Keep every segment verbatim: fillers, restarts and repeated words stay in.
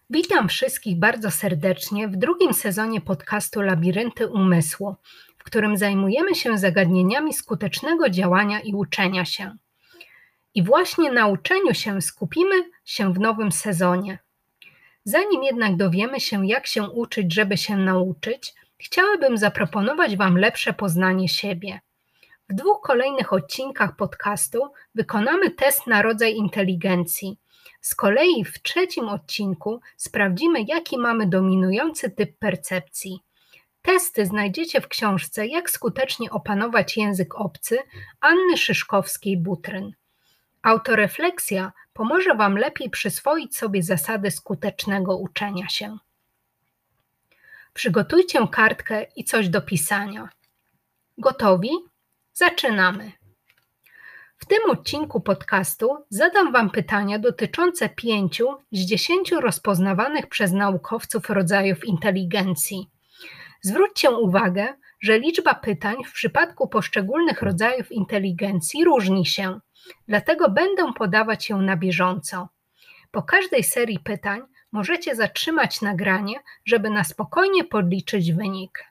Witam wszystkich bardzo serdecznie w drugim sezonie podcastu Labirynty Umysłu, w którym zajmujemy się zagadnieniami skutecznego działania i uczenia się. I właśnie na uczeniu się skupimy się w nowym sezonie. Zanim jednak dowiemy się, jak się uczyć, żeby się nauczyć, chciałabym zaproponować Wam lepsze poznanie siebie. W dwóch kolejnych odcinkach podcastu wykonamy test na rodzaj inteligencji. Z kolei w trzecim odcinku sprawdzimy, jaki mamy dominujący typ percepcji. Testy znajdziecie w książce Jak skutecznie opanować język obcy Anny Szyszkowskiej-Butryn. Autorefleksja pomoże Wam lepiej przyswoić sobie zasady skutecznego uczenia się. Przygotujcie kartkę i coś do pisania. Gotowi? Zaczynamy. W tym odcinku podcastu zadam Wam pytania dotyczące pięciu z dziesięciu rozpoznawanych przez naukowców rodzajów inteligencji. Zwróćcie uwagę, że liczba pytań w przypadku poszczególnych rodzajów inteligencji różni się, dlatego będę podawać ją na bieżąco. Po każdej serii pytań możecie zatrzymać nagranie, żeby na spokojnie podliczyć wynik.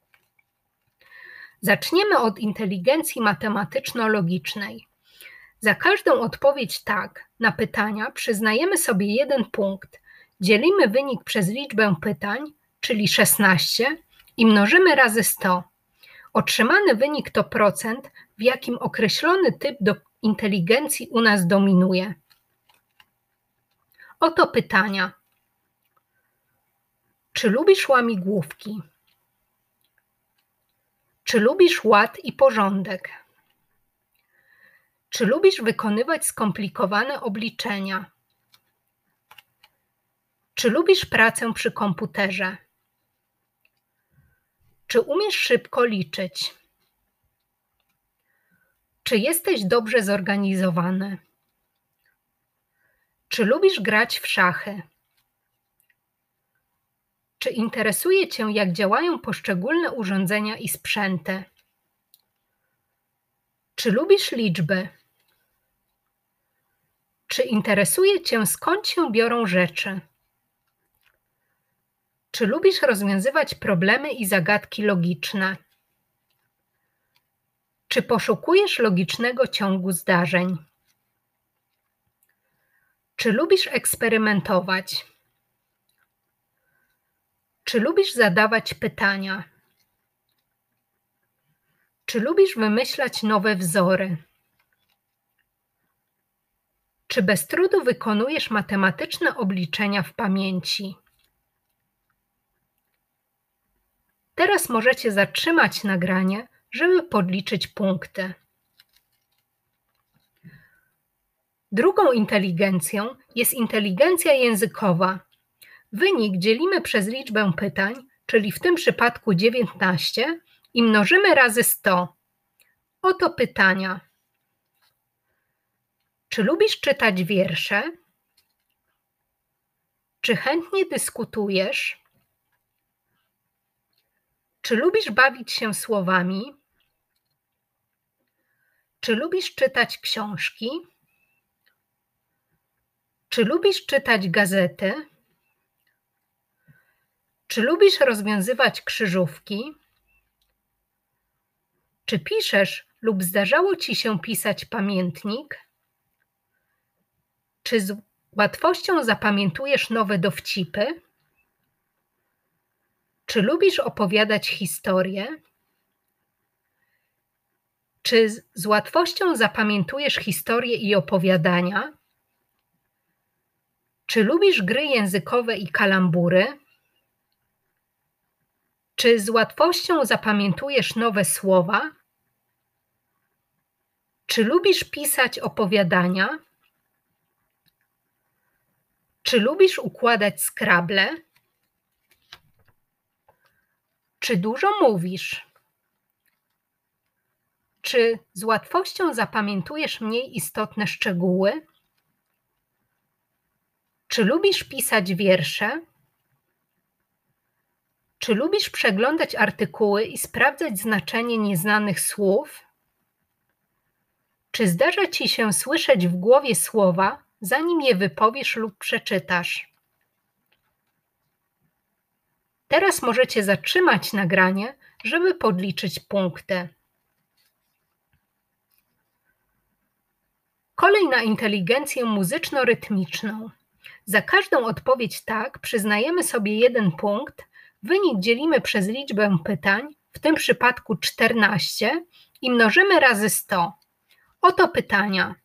Zaczniemy od inteligencji matematyczno-logicznej. Za każdą odpowiedź tak na pytania przyznajemy sobie jeden punkt, dzielimy wynik przez liczbę pytań, czyli szesnaście, i mnożymy razy sto. Otrzymany wynik to procent, w jakim określony typ do inteligencji u nas dominuje. Oto pytania. Czy lubisz łamigłówki? Czy lubisz ład i porządek? Czy lubisz wykonywać skomplikowane obliczenia? Czy lubisz pracę przy komputerze? Czy umiesz szybko liczyć? Czy jesteś dobrze zorganizowany? Czy lubisz grać w szachy? Czy interesuje Cię, jak działają poszczególne urządzenia i sprzęty? Czy lubisz liczby? Czy interesuje Cię, skąd się biorą rzeczy? Czy lubisz rozwiązywać problemy i zagadki logiczne? Czy poszukujesz logicznego ciągu zdarzeń? Czy lubisz eksperymentować? Czy lubisz zadawać pytania? Czy lubisz wymyślać nowe wzory? Czy bez trudu wykonujesz matematyczne obliczenia w pamięci? Teraz możecie zatrzymać nagranie, żeby podliczyć punkty. Drugą inteligencją jest inteligencja językowa. Wynik dzielimy przez liczbę pytań, czyli w tym przypadku dziewiętnaście, i mnożymy razy sto. Oto pytania. Czy lubisz czytać wiersze? Czy chętnie dyskutujesz? Czy lubisz bawić się słowami? Czy lubisz czytać książki? Czy lubisz czytać gazety? Czy lubisz rozwiązywać krzyżówki? Czy piszesz lub zdarzało Ci się pisać pamiętnik? Czy z łatwością zapamiętujesz nowe dowcipy? Czy lubisz opowiadać historie? Czy z, z łatwością zapamiętujesz historie i opowiadania? Czy lubisz gry językowe i kalambury? Czy z łatwością zapamiętujesz nowe słowa? Czy lubisz pisać opowiadania? Czy lubisz układać skrable? Czy dużo mówisz? Czy z łatwością zapamiętujesz mniej istotne szczegóły? Czy lubisz pisać wiersze? Czy lubisz przeglądać artykuły i sprawdzać znaczenie nieznanych słów? Czy zdarza Ci się słyszeć w głowie słowa, zanim je wypowiesz lub przeczytasz? Teraz możecie zatrzymać nagranie, żeby podliczyć punkty. Kolej na inteligencję muzyczno-rytmiczną. Za każdą odpowiedź tak przyznajemy sobie jeden punkt, wynik dzielimy przez liczbę pytań, w tym przypadku czternaście, i mnożymy razy sto. Oto pytania.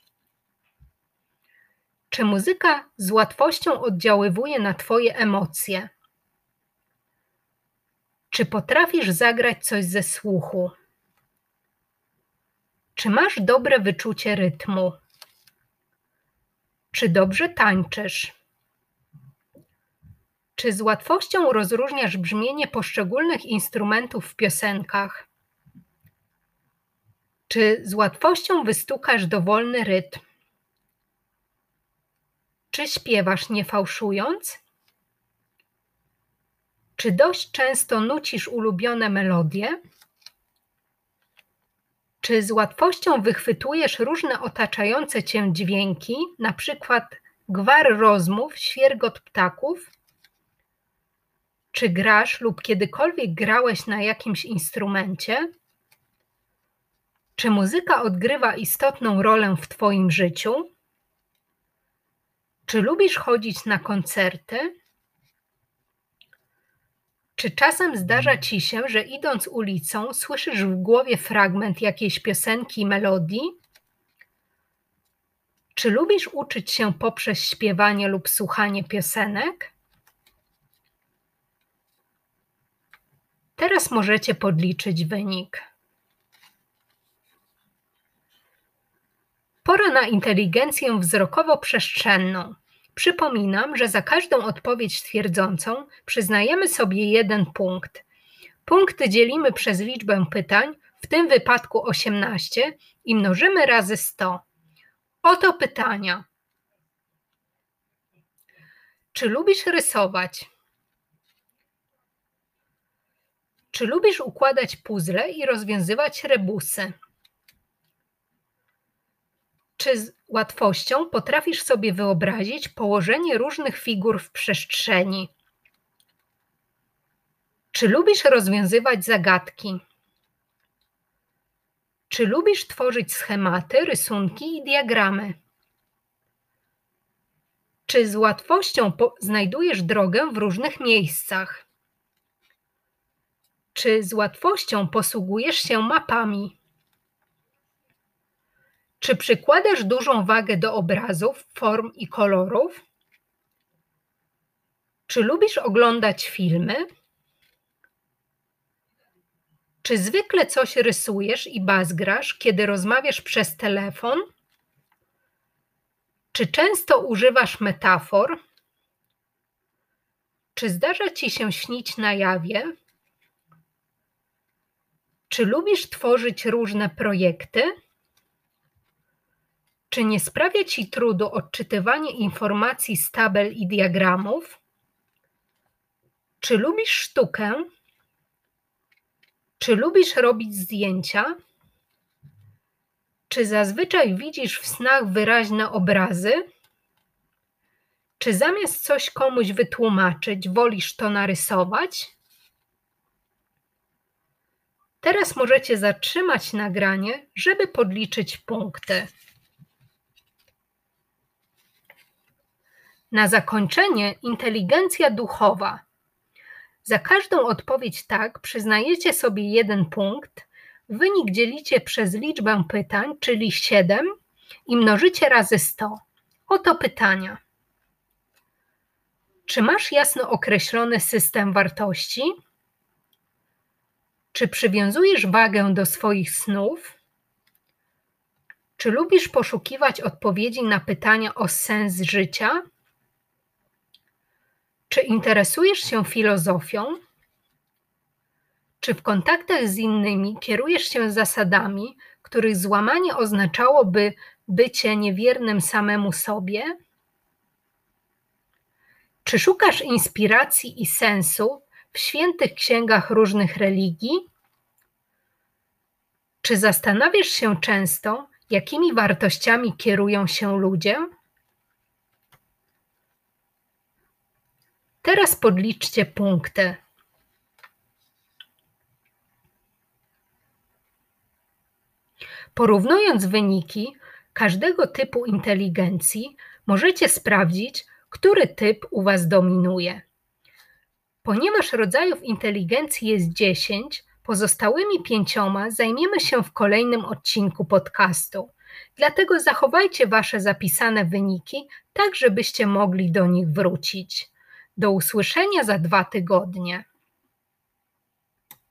Czy muzyka z łatwością oddziaływuje na Twoje emocje? Czy potrafisz zagrać coś ze słuchu? Czy masz dobre wyczucie rytmu? Czy dobrze tańczysz? Czy z łatwością rozróżniasz brzmienie poszczególnych instrumentów w piosenkach? Czy z łatwością wystukasz dowolny rytm? Czy śpiewasz nie fałszując? Czy dość często nucisz ulubione melodie? Czy z łatwością wychwytujesz różne otaczające Cię dźwięki, na przykład gwar rozmów, świergot ptaków? Czy grasz lub kiedykolwiek grałeś na jakimś instrumencie? Czy muzyka odgrywa istotną rolę w Twoim życiu? Czy lubisz chodzić na koncerty? Czy czasem zdarza Ci się, że idąc ulicą słyszysz w głowie fragment jakiejś piosenki i melodii? Czy lubisz uczyć się poprzez śpiewanie lub słuchanie piosenek? Teraz możecie podliczyć wynik. Pora na inteligencję wzrokowo-przestrzenną. Przypominam, że za każdą odpowiedź twierdzącą przyznajemy sobie jeden punkt. Punkty dzielimy przez liczbę pytań, w tym wypadku osiemnaście, i mnożymy razy sto. Oto pytania. Czy lubisz rysować? Czy lubisz układać puzzle i rozwiązywać rebusy? Czy z łatwością potrafisz sobie wyobrazić położenie różnych figur w przestrzeni? Czy lubisz rozwiązywać zagadki? Czy lubisz tworzyć schematy, rysunki i diagramy? Czy z łatwością znajdujesz drogę w różnych miejscach? Czy z łatwością posługujesz się mapami? Czy przykładasz dużą wagę do obrazów, form i kolorów? Czy lubisz oglądać filmy? Czy zwykle coś rysujesz i bazgrasz, kiedy rozmawiasz przez telefon? Czy często używasz metafor? Czy zdarza Ci się śnić na jawie? Czy lubisz tworzyć różne projekty? Czy nie sprawia Ci trudu odczytywanie informacji z tabel i diagramów? Czy lubisz sztukę? Czy lubisz robić zdjęcia? Czy zazwyczaj widzisz w snach wyraźne obrazy? Czy zamiast coś komuś wytłumaczyć, wolisz to narysować? Teraz możecie zatrzymać nagranie, żeby podliczyć punkty. Na zakończenie inteligencja duchowa. Za każdą odpowiedź tak przyznajecie sobie jeden punkt, wynik dzielicie przez liczbę pytań, czyli siedem, i mnożycie razy sto. Oto pytania. Czy masz jasno określony system wartości? Czy przywiązujesz wagę do swoich snów? Czy lubisz poszukiwać odpowiedzi na pytania o sens życia? Czy interesujesz się filozofią? Czy w kontaktach z innymi kierujesz się zasadami, których złamanie oznaczałoby bycie niewiernym samemu sobie? Czy szukasz inspiracji i sensu w świętych księgach różnych religii? Czy zastanawiasz się często, jakimi wartościami kierują się ludzie? Teraz podliczcie punkty. Porównując wyniki każdego typu inteligencji, możecie sprawdzić, który typ u Was dominuje. Ponieważ rodzajów inteligencji jest dziesięć, pozostałymi pięcioma zajmiemy się w kolejnym odcinku podcastu. Dlatego zachowajcie Wasze zapisane wyniki, tak żebyście mogli do nich wrócić. Do usłyszenia za dwa tygodnie.